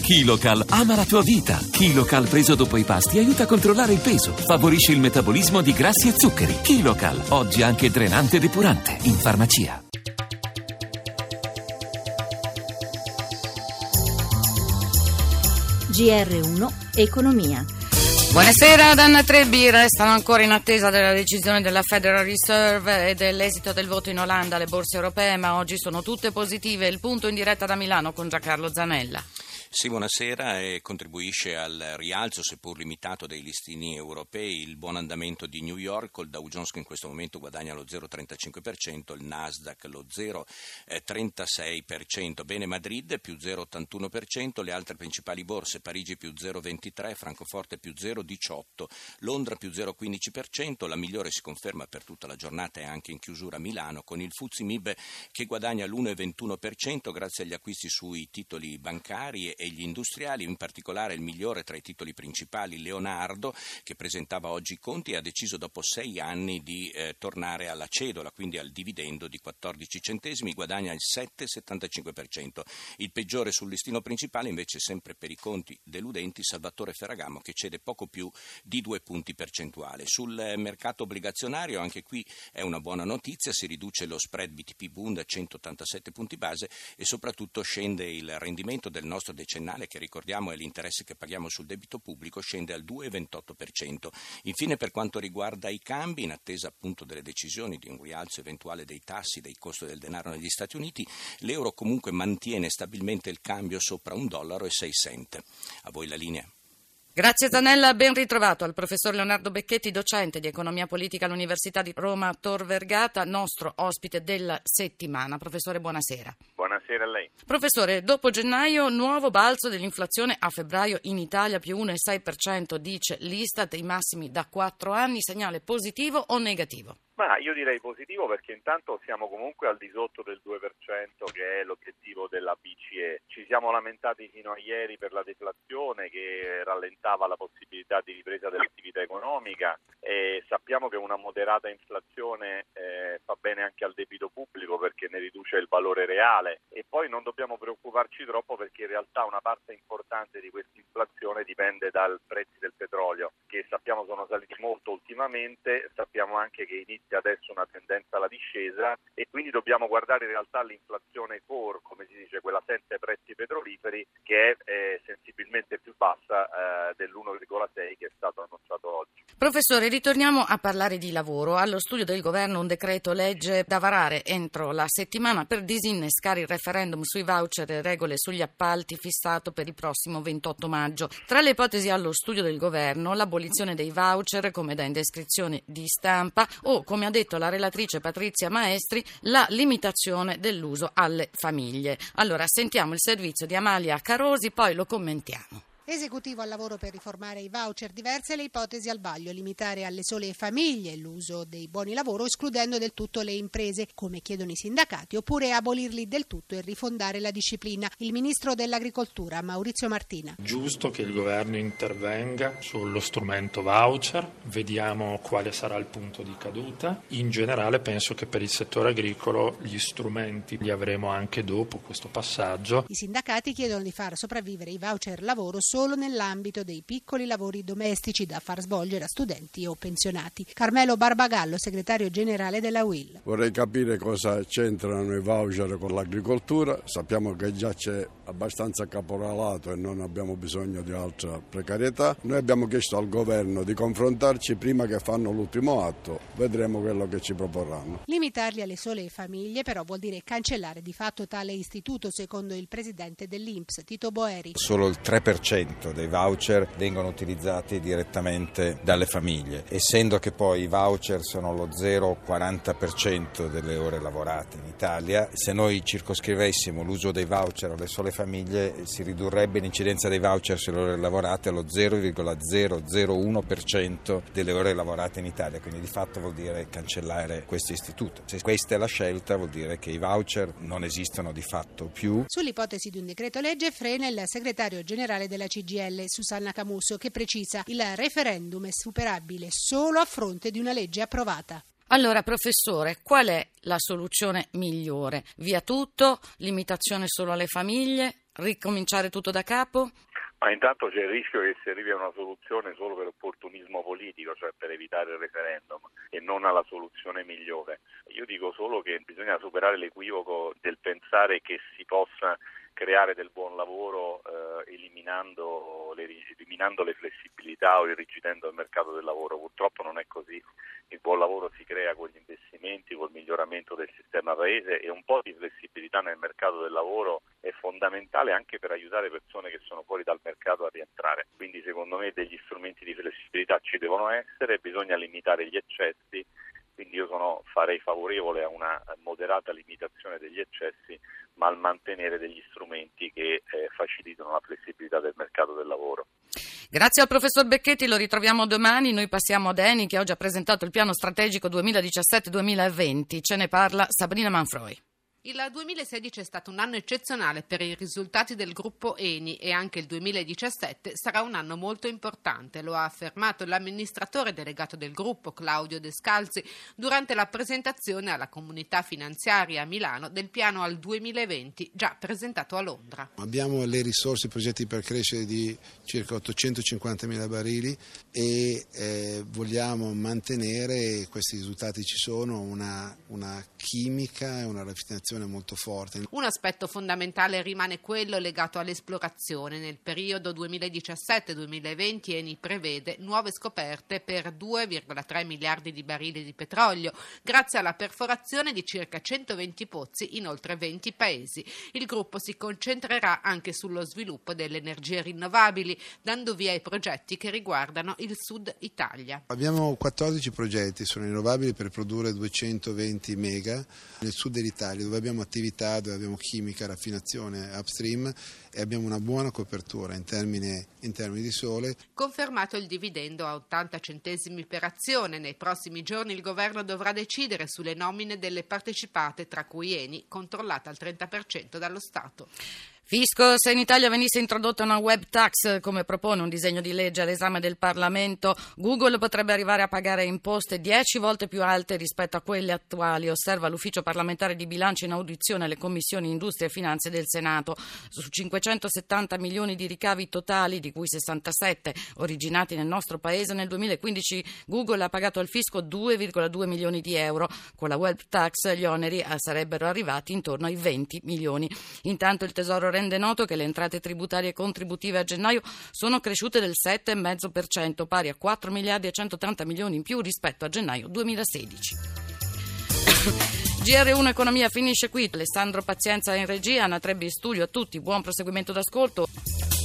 KiloCal ama la tua vita. KiloCal preso dopo i pasti aiuta a controllare il peso, favorisce il metabolismo di grassi e zuccheri. KiloCal, oggi anche drenante e depurante, in farmacia. GR1 Economia. Buonasera ad Anna Trebbi. Restano ancora in attesa della decisione della Federal Reserve e dell'esito del voto in Olanda alle borse europee, ma oggi sono tutte positive. Il punto in diretta da Milano con Giancarlo Zanella. Sì, buonasera. E contribuisce al rialzo, seppur limitato, dei listini europei il buon andamento di New York, col Dow Jones che in questo momento guadagna lo 0,35%, il Nasdaq lo 0,36%, bene Madrid più 0,81%, le altre principali borse, Parigi più 0,23%, Francoforte più 0,18%, Londra più 0,15%, la migliore si conferma per tutta la giornata e anche in chiusura Milano, con il FTSE MIB che guadagna l'1,21% grazie agli acquisti sui titoli bancari e gli industriali, in particolare il migliore tra i titoli principali Leonardo, che presentava oggi i conti e ha deciso dopo 6 anni di tornare alla cedola, quindi al dividendo di 14 centesimi, guadagna il 7,75%. Il peggiore sul listino principale invece, sempre per i conti deludenti, Salvatore Ferragamo, che cede poco più di 2 punti percentuali. Sul mercato obbligazionario anche qui è una buona notizia, si riduce lo spread BTP-Bund a 187 punti base e soprattutto scende il rendimento del nostro decennale, che ricordiamo è l'interesse che paghiamo sul debito pubblico, scende al 2,28%. Infine, per quanto riguarda i cambi, in attesa appunto delle decisioni di un rialzo eventuale dei tassi, dei costi del denaro negli Stati Uniti, l'euro comunque mantiene stabilmente il cambio sopra $1,06. A voi la linea. Grazie Zanella, ben ritrovato al professor Leonardo Becchetti, docente di economia politica all'Università di Roma Tor Vergata, nostro ospite della settimana. Professore, buonasera. Buonasera a lei. Professore, dopo gennaio nuovo balzo dell'inflazione a febbraio in Italia, più 1,6% dice l'Istat, i massimi da 4 anni, segnale positivo o negativo? Ma io direi positivo, perché intanto siamo comunque al di sotto del 2% che è l'obiettivo della BCE. Ci siamo lamentati fino a ieri per la deflazione che rallentava la possibilità di ripresa dell'attività economica e sappiamo che una moderata inflazione fa bene anche al debito pubblico perché ne riduce il valore reale, e poi non dobbiamo preoccuparci troppo perché in realtà una parte importante di questa inflazione dipende dai prezzi del petrolio, che sappiamo sono saliti molto ultimamente. Sappiamo anche che inizia adesso una tendenza alla discesa e quindi dobbiamo guardare in realtà l'inflazione core, come si dice, quella senza i prezzi petroliferi, che è sensibilmente più bassa dell'1,6 che è stato annunciato oggi. Professore, ritorniamo a parlare di lavoro. Allo studio del governo un decreto legge da varare entro la settimana per disinnescare il referendum sui voucher e regole sugli appalti fissato per il prossimo 28 maggio. Tra le ipotesi allo studio del governo l'abolizione dei voucher come da indiscrezione di stampa o, come ha detto la relatrice Patrizia Maestri, la limitazione dell'uso alle famiglie. Allora sentiamo il servizio di Amalia Carosi, poi lo commentiamo. Esecutivo al lavoro per riformare i voucher, diverse le ipotesi al vaglio, limitare alle sole famiglie l'uso dei buoni lavoro escludendo del tutto le imprese, come chiedono i sindacati, oppure abolirli del tutto e rifondare la disciplina. Il ministro dell'Agricoltura, Maurizio Martina. Giusto che il governo intervenga sullo strumento voucher, vediamo quale sarà il punto di caduta. In generale penso che per il settore agricolo gli strumenti li avremo anche dopo questo passaggio. I sindacati chiedono di far sopravvivere i voucher lavoro solo nell'ambito dei piccoli lavori domestici da far svolgere a studenti o pensionati. Carmelo Barbagallo, segretario generale della UIL. Vorrei capire cosa c'entrano i voucher con l'agricoltura. Sappiamo che già c'è abbastanza caporalato e non abbiamo bisogno di altra precarietà. Noi abbiamo chiesto al governo di confrontarci prima che fanno l'ultimo atto. Vedremo quello che ci proporranno. Limitarli alle sole famiglie però vuol dire cancellare di fatto tale istituto, secondo il presidente dell'INPS, Tito Boeri. Solo il 3% dei voucher vengono utilizzati direttamente dalle famiglie, essendo che poi i voucher sono lo 0,40% delle ore lavorate in Italia. Se noi circoscrivessimo l'uso dei voucher alle sole famiglie si ridurrebbe l'incidenza dei voucher sulle ore lavorate allo 0,001% delle ore lavorate in Italia, quindi di fatto vuol dire cancellare questo istituto. Se questa è la scelta vuol dire che i voucher non esistono di fatto più. Sull'ipotesi di un decreto legge frena il segretario generale della CGIL, Susanna Camusso, che precisa il referendum è superabile solo a fronte di una legge approvata. Allora, professore, qual è la soluzione migliore? Via tutto? Limitazione solo alle famiglie? ricominciare tutto da capo? Ma intanto c'è il rischio che si arrivi a una soluzione solo per opportunismo politico, cioè per evitare il referendum, e non alla soluzione migliore. Io dico solo che bisogna superare l'equivoco del pensare che si possa creare del buon lavoro eliminando le flessibilità o irrigidendo il mercato del lavoro. Purtroppo non è così. Il buon lavoro si crea con gli investimenti, col miglioramento del sistema paese, e un po' di flessibilità nel mercato del lavoro è fondamentale anche per aiutare persone che sono fuori dal mercato a rientrare. Quindi secondo me degli strumenti di flessibilità ci devono essere, bisogna limitare gli eccessi. Quindi io farei favorevole a una moderata limitazione degli eccessi, ma al mantenere degli strumenti che facilitano la flessibilità del mercato del lavoro. Grazie al professor Becchetti, lo ritroviamo domani. Noi passiamo ad Eni, che oggi ha presentato il piano strategico 2017-2020. Ce ne parla Sabrina Manfroi. Il 2016 è stato un anno eccezionale per i risultati del gruppo Eni e anche il 2017 sarà un anno molto importante, lo ha affermato l'amministratore delegato del gruppo Claudio Descalzi durante la presentazione alla comunità finanziaria a Milano del piano al 2020 già presentato a Londra. Abbiamo le risorse progetti per crescere di circa 850.000 barili e vogliamo mantenere, questi risultati ci sono, una chimica e una raffinazione molto forte. Un aspetto fondamentale rimane quello legato all'esplorazione. Nel periodo 2017-2020 Eni prevede nuove scoperte per 2,3 miliardi di barili di petrolio, grazie alla perforazione di circa 120 pozzi in oltre 20 paesi. Il gruppo si concentrerà anche sullo sviluppo delle energie rinnovabili, dando via ai progetti che riguardano il Sud Italia. Abbiamo 14 progetti su rinnovabili per produrre 220 mega nel Sud dell'Italia, dove abbiamo attività, dove abbiamo chimica, raffinazione upstream e abbiamo una buona copertura in termini di sole. Confermato il dividendo a 80 centesimi per azione. Nei prossimi giorni il governo dovrà decidere sulle nomine delle partecipate, tra cui Eni, controllata al 30% dallo Stato. Fisco, se in Italia venisse introdotta una web tax, come propone un disegno di legge all'esame del Parlamento, Google potrebbe arrivare a pagare imposte 10 volte più alte rispetto a quelle attuali, osserva l'Ufficio parlamentare di bilancio in audizione alle commissioni Industria e Finanze del Senato. Su 570 milioni di ricavi totali, di cui 67 originati nel nostro paese, nel 2015 Google ha pagato al fisco 2,2 milioni di euro. Con la web tax gli oneri sarebbero arrivati intorno ai 20 milioni. Intanto il Tesoro rende noto che le entrate tributarie contributive a gennaio sono cresciute del 7,5%, pari a 4 miliardi e 180 milioni in più rispetto a gennaio 2016. GR1 Economia finisce qui. Alessandro Pazienza in regia, Anna Trebbi in studio. A tutti buon proseguimento d'ascolto.